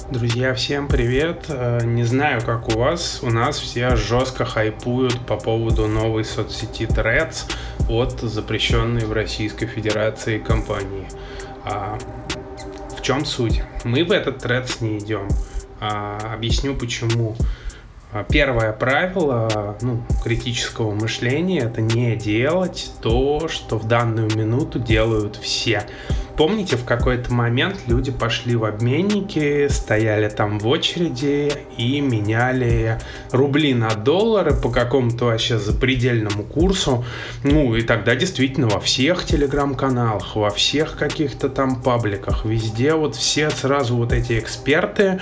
Друзья, всем привет! Не знаю, как у вас, у нас все жестко хайпуют по поводу новой соцсети Threads от запрещенной в Российской Федерации компании. В чем суть? Мы в этот Threads не идем. Объясню почему. Первое правило критического мышления — это не делать то, что в данную минуту делают все. Помните, в какой-то момент люди пошли в обменники, стояли там в очереди и меняли рубли на доллары по какому-то вообще запредельному курсу. И тогда действительно во всех телеграм-каналах, во всех каких-то там пабликах, везде все сразу эти эксперты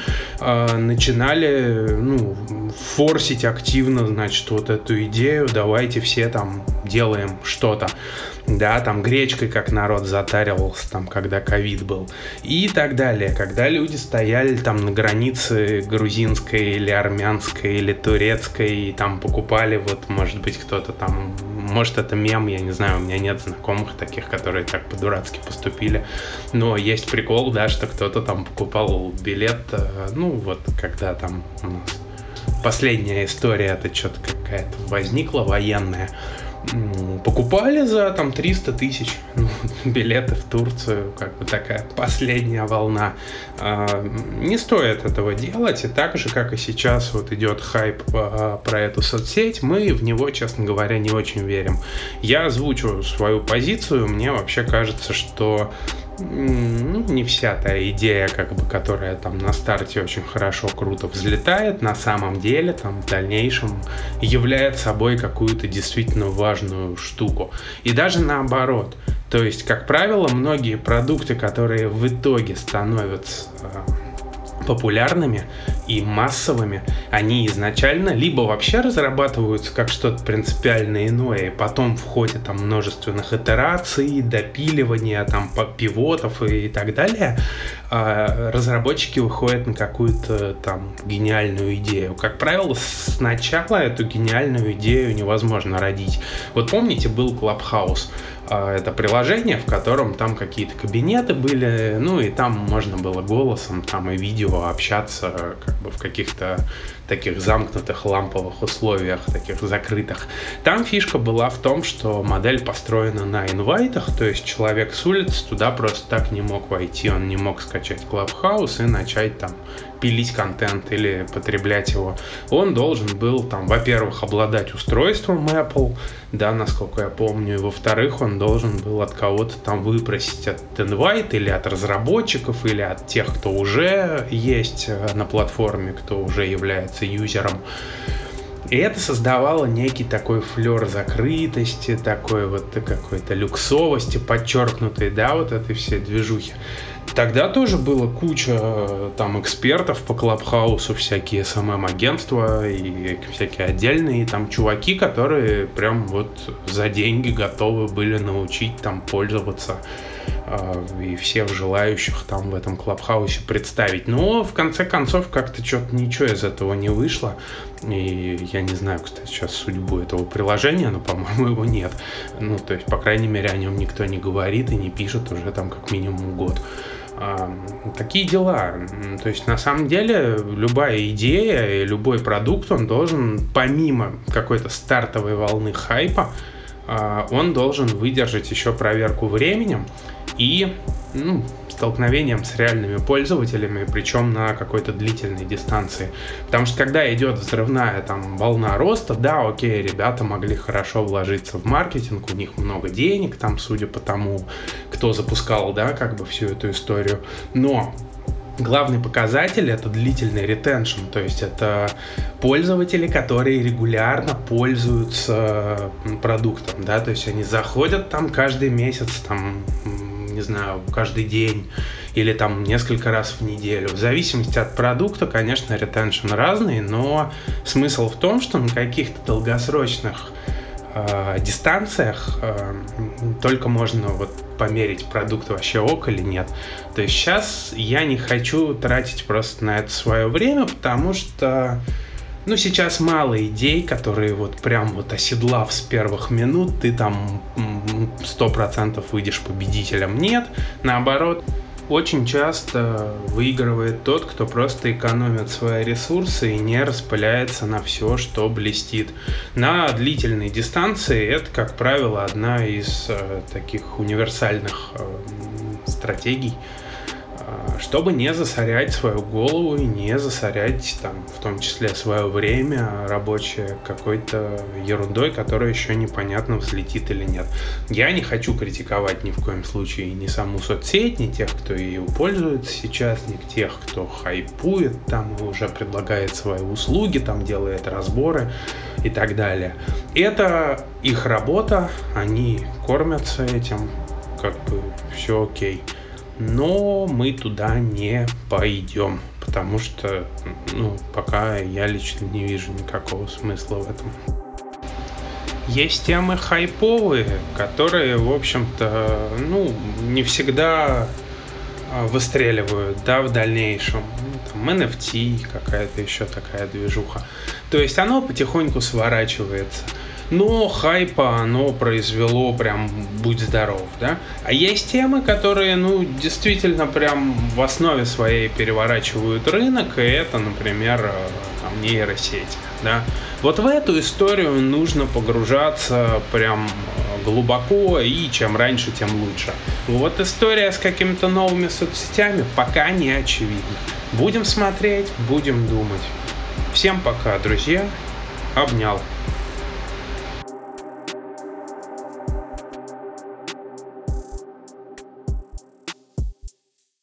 начинали форсить активно, значит, эту идею, давайте все там делаем что-то. Да, там гречкой как народ затаривался, там, когда ковид был, и так далее. Когда люди стояли там на границе грузинской или армянской или турецкой, и там покупали, может быть, кто-то там, может, это мем, я не знаю, у меня нет знакомых таких, которые так по-дурацки поступили, но есть прикол, да, что кто-то там покупал билет, когда там у нас последняя история, это что-то какая-то возникла военная, покупали за 300 тысяч билеты в Турцию, такая последняя волна. Не стоит этого делать, и так же, как и сейчас идет хайп про эту соцсеть, мы в него, честно говоря, не очень верим. Я озвучу свою позицию, мне вообще кажется, что не вся та идея, которая там на старте очень хорошо, круто взлетает, на самом деле там в дальнейшем является собой какую-то действительно важную штуку. И даже наоборот. То есть, как правило, многие продукты, которые в итоге становятся популярными и массовыми, они изначально либо вообще разрабатываются как что-то принципиально иное, и потом в ходе множественных итераций, допиливания, пивотов и так далее, разработчики выходят на какую-то гениальную идею. Как правило, сначала эту гениальную идею невозможно родить. Помните, был Clubhouse? Это приложение, в котором там какие-то кабинеты были, и там можно было голосом и видео общаться в каких-то таких замкнутых ламповых условиях, таких закрытых. Там фишка была в том, что модель построена на инвайтах, то есть человек с улицы туда просто так не мог войти, он не мог скачать Clubhouse и начать пилить контент или потреблять его. Он должен был во-первых, обладать устройством Apple, да, насколько я помню, и во-вторых, он должен был от кого-то выпросить от инвайт или от разработчиков, или от тех, кто уже есть на платформе, кто уже является юзером. И это создавало некий такой флер закрытости, такой какой-то люксовости подчеркнутой, да, этой всей движухи. Тогда тоже было куча экспертов по Клабхаусу, всякие SMM-агентства и всякие отдельные чуваки, которые прям за деньги готовы были научить пользоваться и всех желающих в этом Клабхаусе представить. Но в конце концов как-то что-то ничего из этого не вышло. И я не знаю, кстати, сейчас судьбу этого приложения, но, по-моему, его нет. То есть, по крайней мере, о нем никто не говорит и не пишет уже как минимум год. Такие дела. То есть, на самом деле, любая идея и любой продукт, он должен, помимо какой-то стартовой волны хайпа, он должен выдержать еще проверку временем и столкновением с реальными пользователями, причем на какой-то длительной дистанции. Потому что когда идет взрывная волна роста, да, окей, ребята могли хорошо вложиться в маркетинг, у них много денег, судя по тому, кто запускал, да, всю эту историю. Но главный показатель — это длительный ретеншн, то есть это пользователи, которые регулярно пользуются продуктом, да, то есть они заходят каждый месяц, не знаю, каждый день или несколько раз в неделю. В зависимости от продукта, конечно, ретеншн разный, но смысл в том, что на каких-то долгосрочных дистанциях только можно померить, продукт вообще ок или нет. То есть сейчас я не хочу тратить просто на это свое время, потому что сейчас мало идей, которые прям оседлав с первых минут, ты 100% выйдешь победителем. Нет, наоборот, Очень часто выигрывает тот, кто просто экономит свои ресурсы и не распыляется на все, что блестит. На длительной дистанции это, как правило, одна из таких универсальных стратегий, чтобы не засорять свою голову и не засорять там, в том числе свое время рабочее какой-то ерундой, которая еще непонятно, взлетит или нет. Я не хочу критиковать ни в коем случае ни саму соцсеть, ни тех, кто ее пользуется сейчас, ни тех, кто хайпует там и уже предлагает свои услуги, там делает разборы и так далее. Это их работа, они кормятся этим, как бы все окей. Но мы туда не пойдем, потому что, пока я лично не вижу никакого смысла в этом. Есть темы хайповые, которые, в общем-то, не всегда выстреливают, в дальнейшем. Там NFT, какая-то еще такая движуха. То есть оно потихоньку сворачивается. Но хайпа оно произвело прям будь здоров, да. А есть темы, которые, действительно прям в основе своей переворачивают рынок, и это, например, там, нейросети, да. Вот в эту историю нужно погружаться прям глубоко, и чем раньше, тем лучше. Вот история с какими-то новыми соцсетями пока не очевидна. Будем смотреть, будем думать. Всем пока, друзья. Обнял.